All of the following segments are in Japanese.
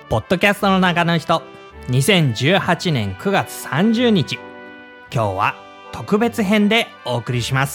ポッドキャストの中の人、2018年9月30日。今日は特別編でお送りします。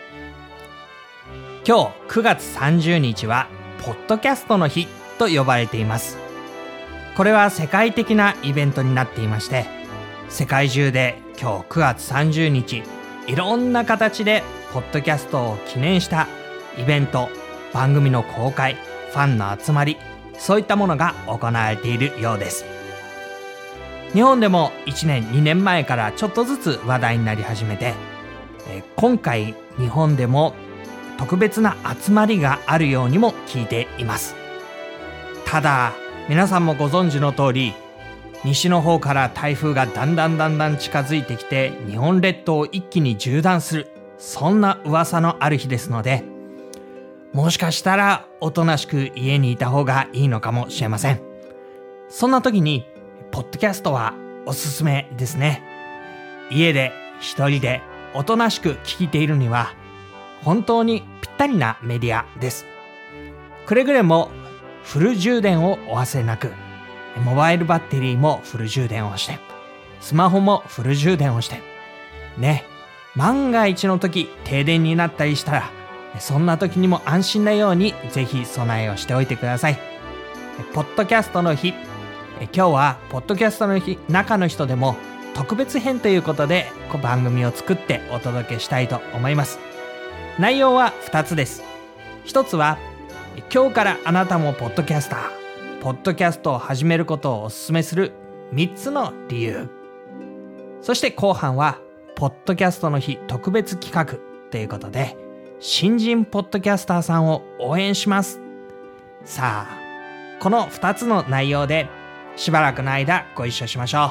今日9月30日はポッドキャストの日と呼ばれています。これは世界的なイベントになっていまして、世界中で今日9月30日、いろんな形でポッドキャストを記念したイベント、番組の公開、ファンの集まり、そういったものが行われているようです。日本でも1年2年前からちょっとずつ話題になり始めて、今回日本でも特別な集まりがあるようにも聞いています。ただ皆さんもご存知の通り、西の方から台風がだんだん近づいてきて、日本列島を一気に縦断する、そんな噂のある日ですので、もしかしたらおとなしく家にいた方がいいのかもしれません。そんな時にポッドキャストはおすすめですね。家で一人でおとなしく聞いているには本当にぴったりなメディアです。くれぐれもフル充電をお忘れなく、モバイルバッテリーもフル充電をして、スマホもフル充電をしてね、万が一の時停電になったりしたら、そんな時にも安心なようにぜひ備えをしておいてください。ポッドキャストの日、今日はポッドキャストの日中の人でも特別編ということで番組を作ってお届けしたいと思います。内容は2つです。1つは今日からあなたもポッドキャスター、ポッドキャストを始めることをお勧めする3つの理由。そして後半はポッドキャストの日特別企画ということで、新人ポッドキャスターさんを応援します。さあ、この2つの内容でしばらくの間ご一緒しましょう。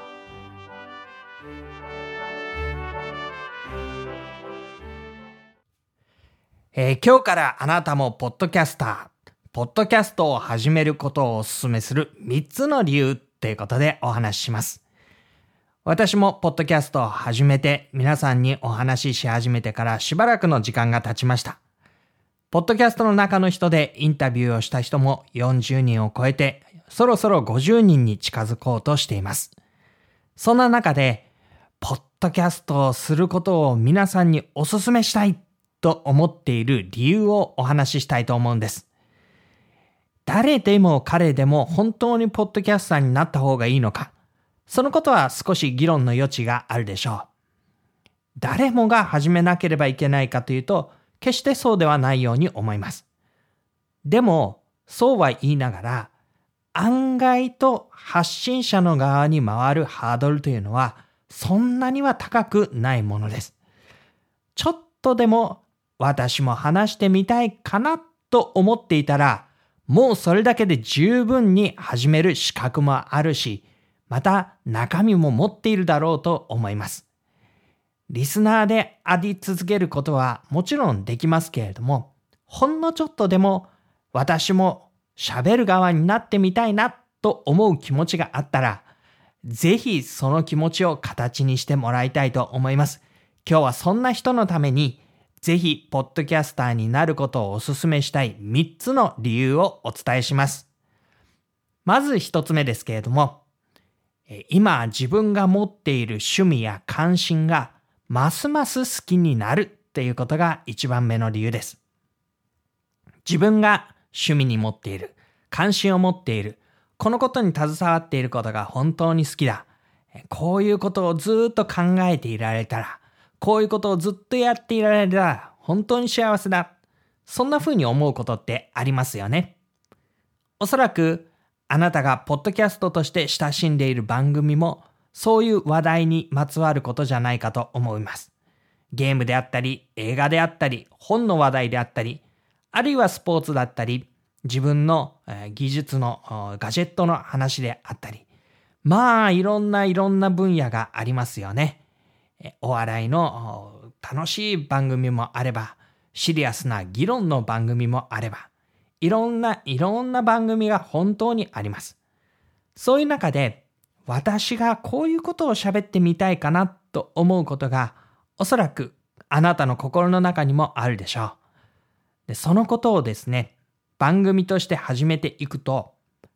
今日からあなたもポッドキャスター、ポッドキャストを始めることをお勧めする3つの理由ということでお話しします。私もポッドキャストを始めて皆さんにお話しし始めてからしばらくの時間が経ちました。ポッドキャストの中の人でインタビューをした人も40人を超えて、そろそろ50人に近づこうとしています。そんな中で、ポッドキャストをすることを皆さんにお勧めしたいと思っている理由をお話ししたいと思うんです。誰でも彼でも本当にポッドキャスターになった方がいいのか、そのことは少し議論の余地があるでしょう。誰もが始めなければいけないかというと、決してそうではないように思います。でも、そうは言いながら、案外と発信者の側に回るハードルというのは、そんなには高くないものです。ちょっとでも私も話してみたいかなと思っていたら、もうそれだけで十分に始める資格もあるし、また中身も持っているだろうと思います。リスナーであり続けることはもちろんできますけれども、ほんのちょっとでも私も喋る側になってみたいなと思う気持ちがあったら、ぜひその気持ちを形にしてもらいたいと思います。今日はそんな人のために、ぜひポッドキャスターになることをお勧めしたい3つの理由をお伝えします。まず1つ目ですけれども、今自分が持っている趣味や関心がますます好きになるということが1番目の理由です。自分が趣味に持っている、関心を持っている、このことに携わっていることが本当に好きだ。こういうことをずっと考えていられたら、こういうことをずっとやっていられたら本当に幸せだ。そんな風に思うことってありますよね。おそらくあなたがポッドキャストとして親しんでいる番組もそういう話題にまつわることじゃないかと思います。ゲームであったり、映画であったり、本の話題であったり、あるいはスポーツだったり、自分の技術のガジェットの話であったり、まあいろんな分野がありますよね。お笑いの楽しい番組もあれば、シリアスな議論の番組もあれば、いろんな番組が本当にあります。そういう中で、私がこういうことを喋ってみたいかなと思うことが、おそらくあなたの心の中にもあるでしょう。で、そのことをですね、番組として始めていくと、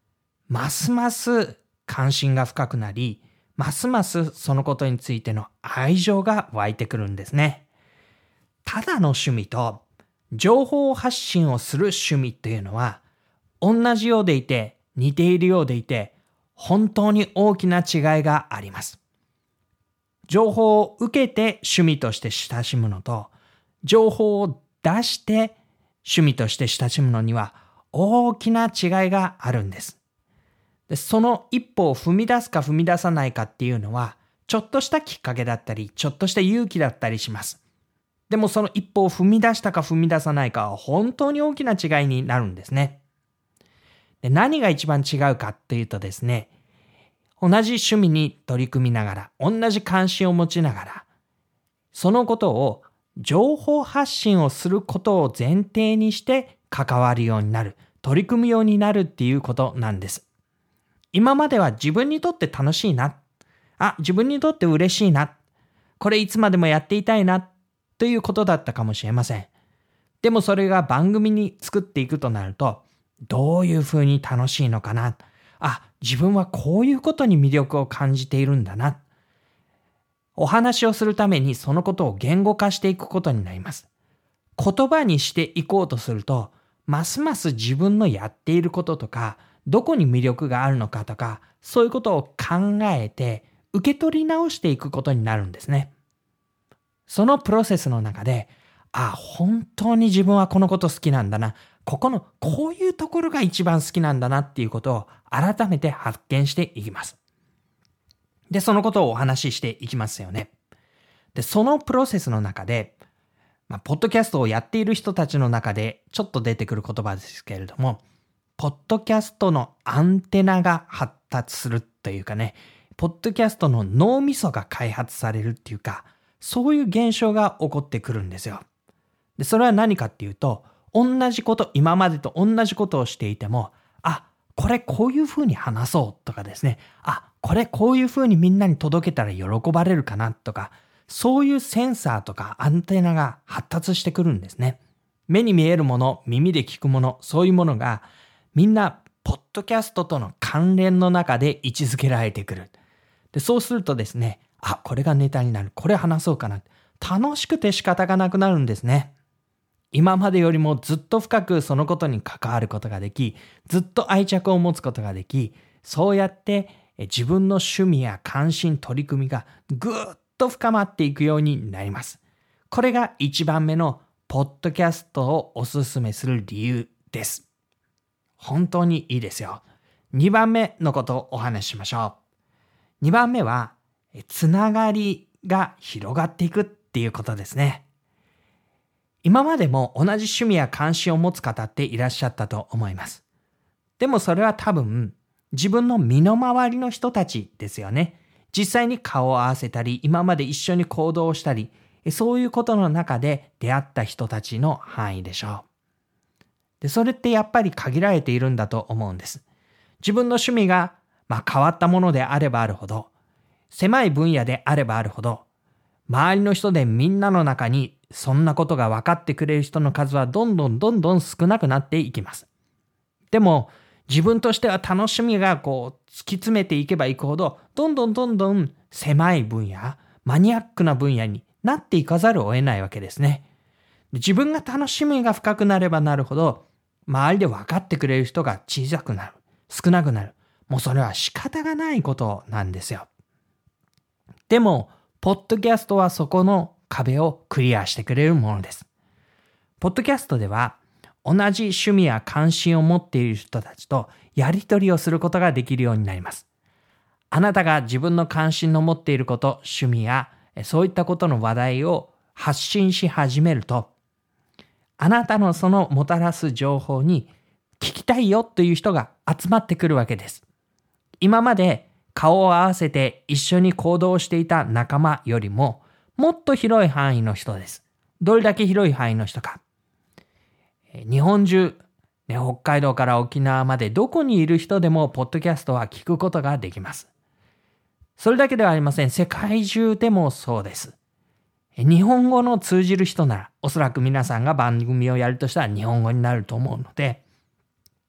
ますます関心が深くなり、ますますそのことについての愛情が湧いてくるんですね。ただの趣味と情報発信をする趣味というのは同じようでいて似ているようでいて本当に大きな違いがあります。情報を受けて趣味として親しむのと情報を出して趣味として親しむのには大きな違いがあるんです。で、その一歩を踏み出すか踏み出さないかっていうのはちょっとしたきっかけだったりちょっとした勇気だったりします。でもその一歩を踏み出したか踏み出さないかは本当に大きな違いになるんですね。で、何が一番違うかっていうとですね、同じ趣味に取り組みながら、同じ関心を持ちながら、そのことを情報発信をすることを前提にして関わるようになる、取り組むようになるっていうことなんです。今までは自分にとって楽しいな、自分にとって嬉しいな、これいつまでもやっていたいなということだったかもしれません。でもそれが番組に作っていくとなると、どういうふうに楽しいのかな、自分はこういうことに魅力を感じているんだな。お話をするためにそのことを言語化していくことになります。言葉にしていこうとすると、ますます自分のやっていることとか、どこに魅力があるのかとか、そういうことを考えて受け取り直していくことになるんですね。そのプロセスの中で、本当に自分はこのこと好きなんだな。こういうところが一番好きなんだなっていうことを改めて発見していきます。で、そのことをお話ししていきますよね。で、そのプロセスの中で、ポッドキャストをやっている人たちの中でちょっと出てくる言葉ですけれども、ポッドキャストのアンテナが発達するというかね、ポッドキャストの脳みそが開発されるっていうか、そういう現象が起こってくるんですよ。で、それは何かっていうと、今までと同じことをしていても、これこういうふうに話そうとかですね、これこういうふうにみんなに届けたら喜ばれるかなとか、そういうセンサーとかアンテナが発達してくるんですね。目に見えるもの、耳で聞くもの、そういうものがみんなポッドキャストとの関連の中で位置づけられてくる。で、そうするとですね、これがネタになる。これ話そうかな。楽しくて仕方がなくなるんですね。今までよりもずっと深くそのことに関わることができ、ずっと愛着を持つことができ、そうやって自分の趣味や関心、取り組みがぐーっと深まっていくようになります。これが1番目のポッドキャストをおすすめする理由です。本当にいいですよ。2番目のことをお話ししましょう。2番目は、つながりが広がっていくっていうことですね。今までも同じ趣味や関心を持つ方っていらっしゃったと思います。でもそれは多分自分の身の回りの人たちですよね。実際に顔を合わせたり、今まで一緒に行動したり、そういうことの中で出会った人たちの範囲でしょう。で、それってやっぱり限られているんだと思うんです。自分の趣味が変わったものであればあるほど、狭い分野であればあるほど、周りの人でみんなの中にそんなことが分かってくれる人の数はどんどん少なくなっていきます。でも自分としては楽しみが突き詰めていけばいくほど、どんどん狭い分野、マニアックな分野になっていかざるを得ないわけですね。自分が楽しみが深くなればなるほど、周りで分かってくれる人が小さくなる、少なくなる。もうそれは仕方がないことなんですよ。でもポッドキャストはそこの壁をクリアしてくれるものです。ポッドキャストでは同じ趣味や関心を持っている人たちとやり取りをすることができるようになります。あなたが自分の関心の持っていること、趣味やそういったことの話題を発信し始めると、あなたのそのもたらす情報に聞きたいよという人が集まってくるわけです。今まで顔を合わせて一緒に行動していた仲間よりももっと広い範囲の人です。どれだけ広い範囲の人か。日本中、北海道から沖縄までどこにいる人でもポッドキャストは聞くことができます。それだけではありません。世界中でもそうです。日本語の通じる人なら、おそらく皆さんが番組をやるとしたら日本語になると思うので、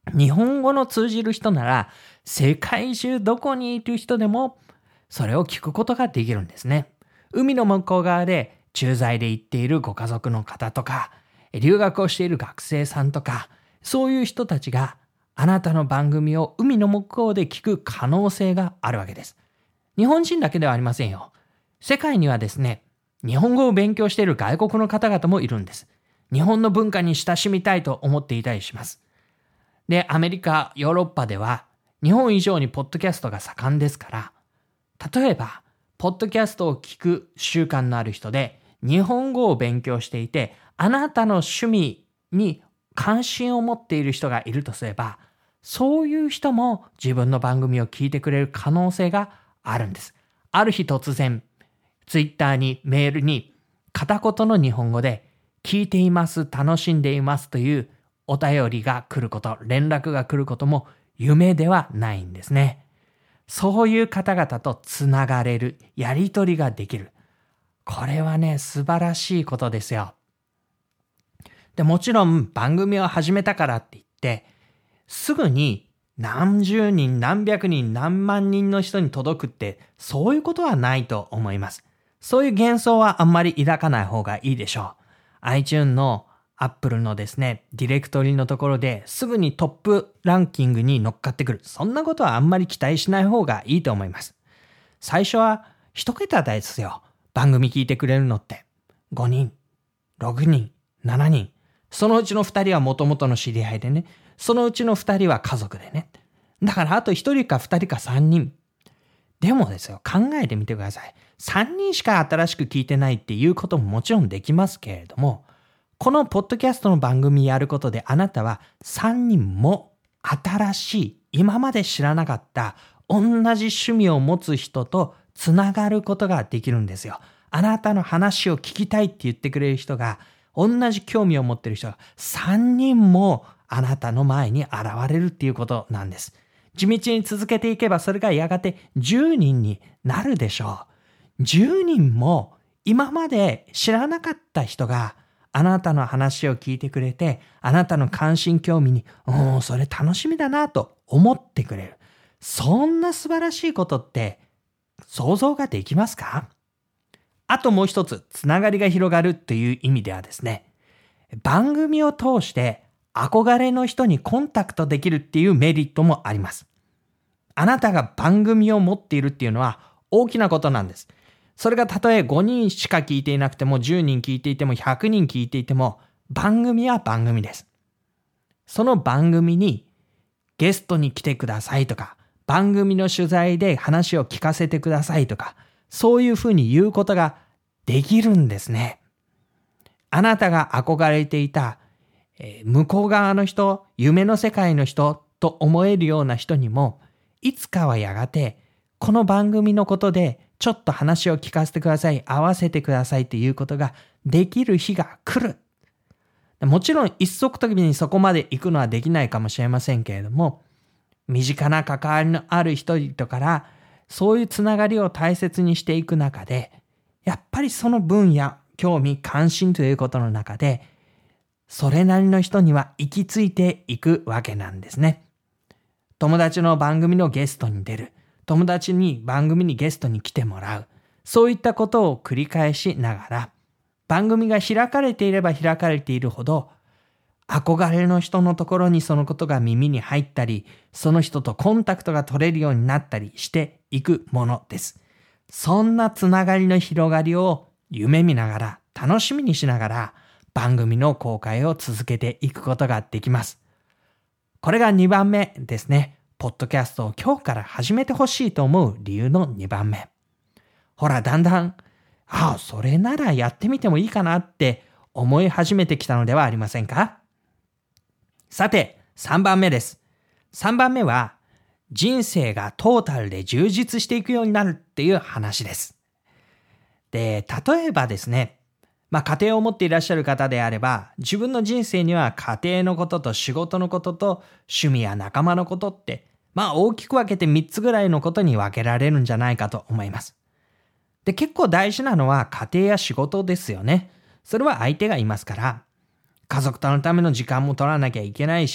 日本語の通じる人なら、世界中どこにいる人でもそれを聞くことができるんですね。海の向こう側で駐在で行っているご家族の方とか、留学をしている学生さんとか、そういう人たちがあなたの番組を海の向こうで聞く可能性があるわけです。日本人だけではありませんよ。世界にはですね、日本語を勉強している外国の方々もいるんです。日本の文化に親しみたいと思っていたりします。で、アメリカ、ヨーロッパでは日本以上にポッドキャストが盛んですから、例えば、ポッドキャストを聞く習慣のある人で日本語を勉強していて、あなたの趣味に関心を持っている人がいるとすれば、そういう人も自分の番組を聞いてくれる可能性があるんです。ある日突然、ツイッターにメールに片言の日本語で聞いています、楽しんでいますというお便りが来ること、連絡が来ることも夢ではないんですね。そういう方々とつながれる、やり取りができる。これはね、素晴らしいことですよ。で、もちろん番組を始めたからって言って、すぐに何十人、何百人、何万人の人に届くって、そういうことはないと思います。そういう幻想はあんまり抱かない方がいいでしょう。iTunes の Apple のですね、ディレクトリのところですぐにトップランキングに乗っかってくる。そんなことはあんまり期待しない方がいいと思います。最初は一桁ですよ。番組聞いてくれるのって。5人、6人、7人。そのうちの2人は元々の知り合いでね。そのうちの2人は家族でね。だからあと1人か2人か3人。でもですよ、考えてみてください。3人しか新しく聞いてないっていうことももちろんできますけれども、このポッドキャストの番組やることであなたは3人も新しい、今まで知らなかった同じ趣味を持つ人とつながることができるんですよ。あなたの話を聞きたいって言ってくれる人が、同じ興味を持っている人が3人もあなたの前に現れるっていうことなんです。地道に続けていけばそれがやがて10人になるでしょう。10人も今まで知らなかった人があなたの話を聞いてくれて、あなたの関心興味に、それ楽しみだなと思ってくれる。そんな素晴らしいことって想像ができますか？あともう一つ、つながりが広がるという意味ではですね、番組を通して憧れの人にコンタクトできるっていうメリットもあります。あなたが番組を持っているっていうのは大きなことなんです。それがたとえ5人しか聞いていなくても10人聞いていても100人聞いていても番組は番組です。その番組にゲストに来てくださいとか、番組の取材で話を聞かせてくださいとか、そういうふうに言うことができるんですね。あなたが憧れていた、向こう側の人、夢の世界の人と思えるような人にも、いつかはやがてこの番組のことでちょっと話を聞かせてください、合わせてくださいということができる日が来る。もちろん一足飛びにそこまで行くのはできないかもしれませんけれども、身近な関わりのある人々からそういうつながりを大切にしていく中で、やっぱりその分野、興味、関心ということの中で、それなりの人には行き着いていくわけなんですね。友達の番組のゲストに出る。友達に番組にゲストに来てもらう。そういったことを繰り返しながら、番組が開かれていれば開かれているほど、憧れの人のところにそのことが耳に入ったり、その人とコンタクトが取れるようになったりしていくものです。そんなつながりの広がりを夢見ながら、楽しみにしながら、番組の公開を続けていくことができます。これが2番目ですね。ポッドキャストを今日から始めてほしいと思う理由の2番目。ほら、だんだん、それならやってみてもいいかなって思い始めてきたのではありませんか？さて、3番目です。3番目は、人生がトータルで充実していくようになるっていう話です。で、例えばですね、家庭を持っていらっしゃる方であれば、自分の人生には家庭のことと仕事のことと趣味や仲間のことって、大きく分けて3つぐらいのことに分けられるんじゃないかと思います。で、結構大事なのは家庭や仕事ですよね。それは相手がいますから、家族とのための時間も取らなきゃいけないし、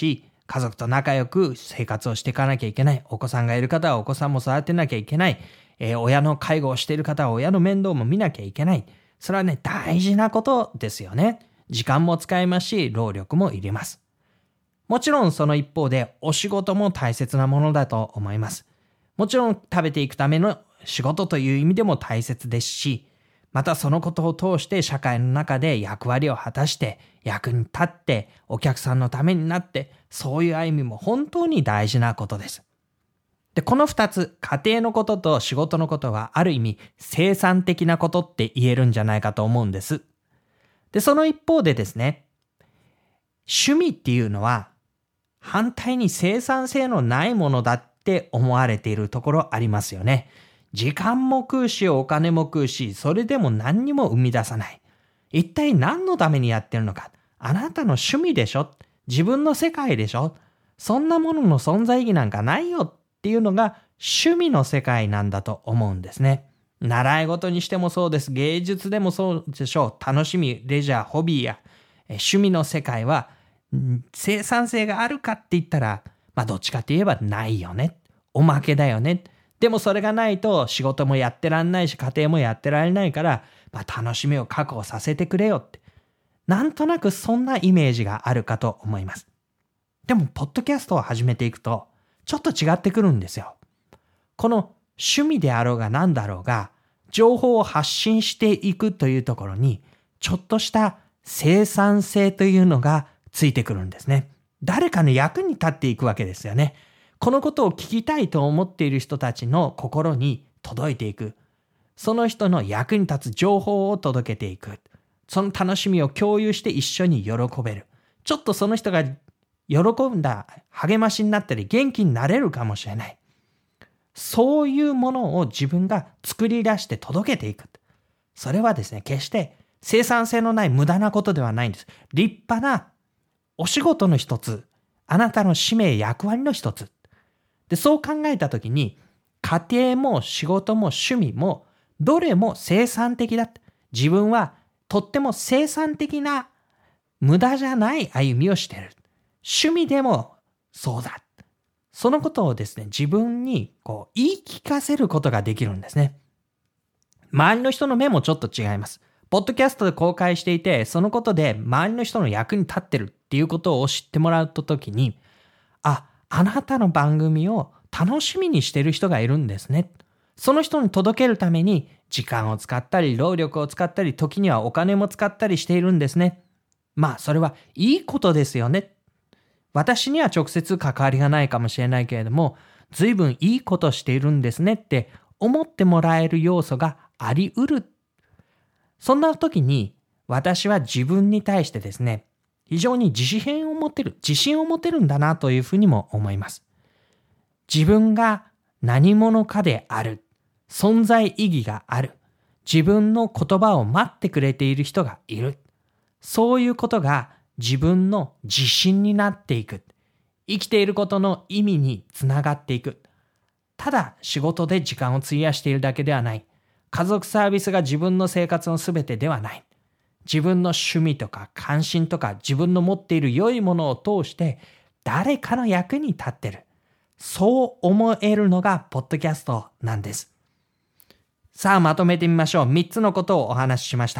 家族と仲良く生活をしていかなきゃいけない。お子さんがいる方はお子さんも育てなきゃいけない。親の介護をしている方は親の面倒も見なきゃいけない。それはね、大事なことですよね。時間も使いますし、労力もいります。もちろんその一方でお仕事も大切なものだと思います。もちろん食べていくための仕事という意味でも大切ですし、またそのことを通して社会の中で役割を果たして役に立ってお客さんのためになって、そういう歩みも本当に大事なことです。で、この二つ、家庭のことと仕事のことはある意味生産的なことって言えるんじゃないかと思うんです。で、その一方でですね、趣味っていうのは反対に生産性のないものだって思われているところありますよね。時間も食うし、お金も食うし、それでも何にも生み出さない。一体何のためにやってるのか。あなたの趣味でしょ？自分の世界でしょ？そんなものの存在意義なんかないよっていうのが趣味の世界なんだと思うんですね。習い事にしてもそうです。芸術でもそうでしょう。楽しみ、レジャー、ホビーや趣味の世界は生産性があるかって言ったら、どっちかって言えばないよね。おまけだよね。でもそれがないと仕事もやってらんないし家庭もやってられないから、楽しみを確保させてくれよって。なんとなくそんなイメージがあるかと思います。でもポッドキャストを始めていくとちょっと違ってくるんですよ。この趣味であろうが何だろうが情報を発信していくというところにちょっとした生産性というのがついてくるんですね。誰かの役に立っていくわけですよね。このことを聞きたいと思っている人たちの心に届いていく。その人の役に立つ情報を届けていく。その楽しみを共有して一緒に喜べる。ちょっとその人が喜んだ励ましになったり元気になれるかもしれない。そういうものを自分が作り出して届けていく。それはですね、決して生産性のない無駄なことではないんです。立派なお仕事の一つ。あなたの使命役割の一つ。で、そう考えたときに、家庭も仕事も趣味も、どれも生産的だ。自分はとっても生産的な無駄じゃない歩みをしている。趣味でもそうだ。そのことをですね、自分に言い聞かせることができるんですね。周りの人の目もちょっと違います。ポッドキャストで公開していて、そのことで周りの人の役に立ってるっていうことを知ってもらうときに、あなたの番組を楽しみにしている人がいるんですね。その人に届けるために時間を使ったり、労力を使ったり、時にはお金も使ったりしているんですね。それはいいことですよね。私には直接関わりがないかもしれないけれども、随分いいことしているんですねって思ってもらえる要素があり得る。そんな時に私は自分に対してですね、非常に自信を持てるんだなというふうにも思います。自分が何者かである、存在意義がある、自分の言葉を待ってくれている人がいる。そういうことが自分の自信になっていく。生きていることの意味につながっていく。ただ仕事で時間を費やしているだけではない。家族サービスが自分の生活のすべてではない。自分の趣味とか関心とか自分の持っている良いものを通して誰かの役に立ってる。そう思えるのがポッドキャストなんです。さあまとめてみましょう。3つのことをお話ししました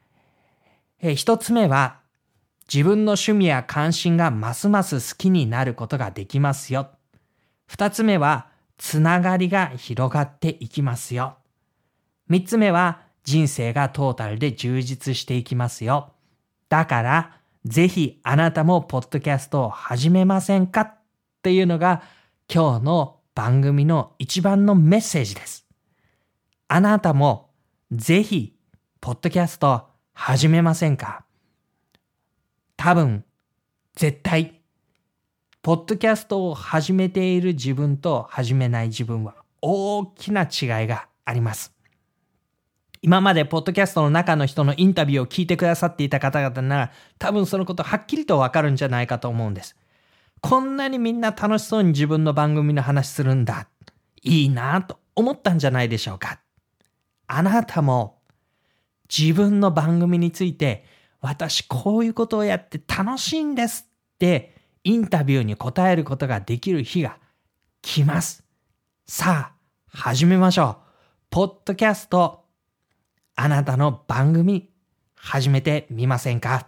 。1つ目は自分の趣味や関心がますます好きになることができますよ。2つ目はつながりが広がっていきますよ。3つ目は人生がトータルで充実していきますよ。だから、ぜひあなたもポッドキャストを始めませんかっていうのが今日の番組の一番のメッセージです。あなたもぜひポッドキャスト始めませんか？多分、絶対、ポッドキャストを始めている自分と始めない自分は大きな違いがあります。今までポッドキャストの中の人のインタビューを聞いてくださっていた方々なら多分そのことはっきりとわかるんじゃないかと思うんです。こんなにみんな楽しそうに自分の番組の話するんだ。いいなと思ったんじゃないでしょうか。あなたも自分の番組について私こういうことをやって楽しいんですってインタビューに答えることができる日が来ます。さあ、始めましょう。ポッドキャスト、あなたの番組、始めてみませんか？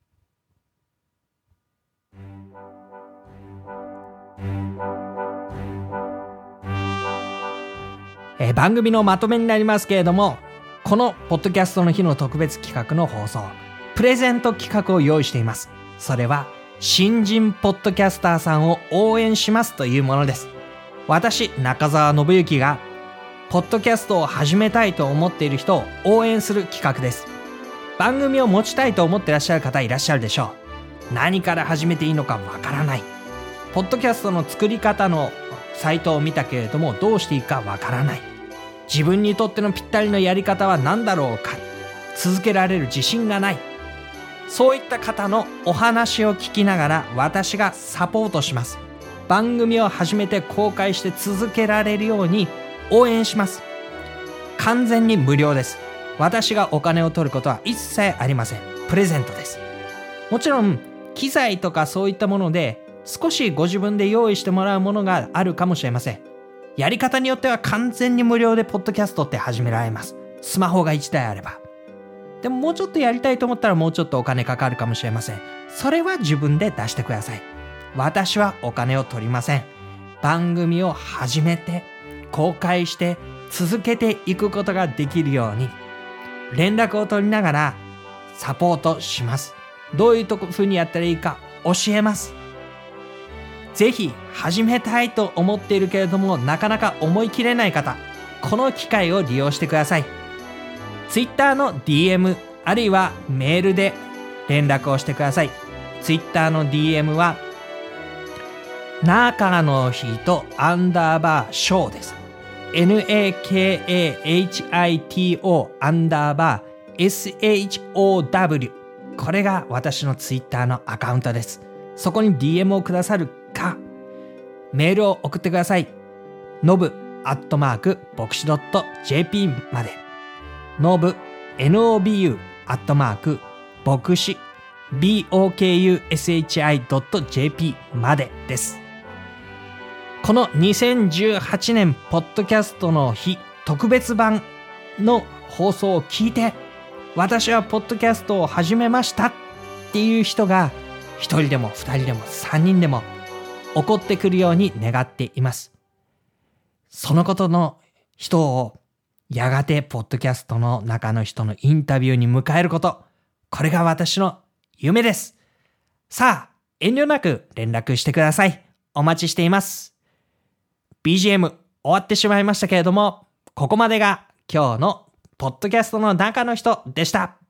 番組のまとめになりますけれども、このポッドキャストの日の特別企画の放送、プレゼント企画を用意しています。それは新人ポッドキャスターさんを応援しますというものです。私、中澤信之がポッドキャストを始めたいと思っている人を応援する企画です。番組を持ちたいと思っていらっしゃる方いらっしゃるでしょう。何から始めていいのかわからない。ポッドキャストの作り方のサイトを見たけれどもどうしていいかわからない。自分にとってのぴったりのやり方は何だろうか。続けられる自信がない。そういった方のお話を聞きながら私がサポートします。番組を始めて公開して続けられるように応援します。完全に無料です。私がお金を取ることは一切ありません。プレゼントです。もちろん機材とかそういったもので少しご自分で用意してもらうものがあるかもしれません。やり方によっては完全に無料でポッドキャストって始められます。スマホが1台あれば。でももうちょっとやりたいと思ったらもうちょっとお金かかるかもしれません。それは自分で出してください。私はお金を取りません。番組を始めて公開して続けていくことができるように連絡を取りながらサポートします。どういう風にやったらいいか教えます。ぜひ始めたいと思っているけれどもなかなか思い切れない方、この機会を利用してください。Twitter の DM あるいはメールで連絡をしてください。Twitter の DM は中の人_ショーです。NAKAHITO SHOW、 これが私の Twitter のアカウントです。そこに DM をくださるかメールを送ってください。nobu@bokushi.jp まで。nobu@bokushi bokushi.jp までです。この2018年ポッドキャストの日特別版の放送を聞いて、私はポッドキャストを始めましたっていう人が1人でも2人でも3人でも起こってくるように願っています。そのことの人をやがてポッドキャストの中の人のインタビューに迎えること、これが私の夢です。さあ、遠慮なく連絡してください。お待ちしています。BGM 終わってしまいましたけれども、ここまでが今日のポッドキャストの中の人でした。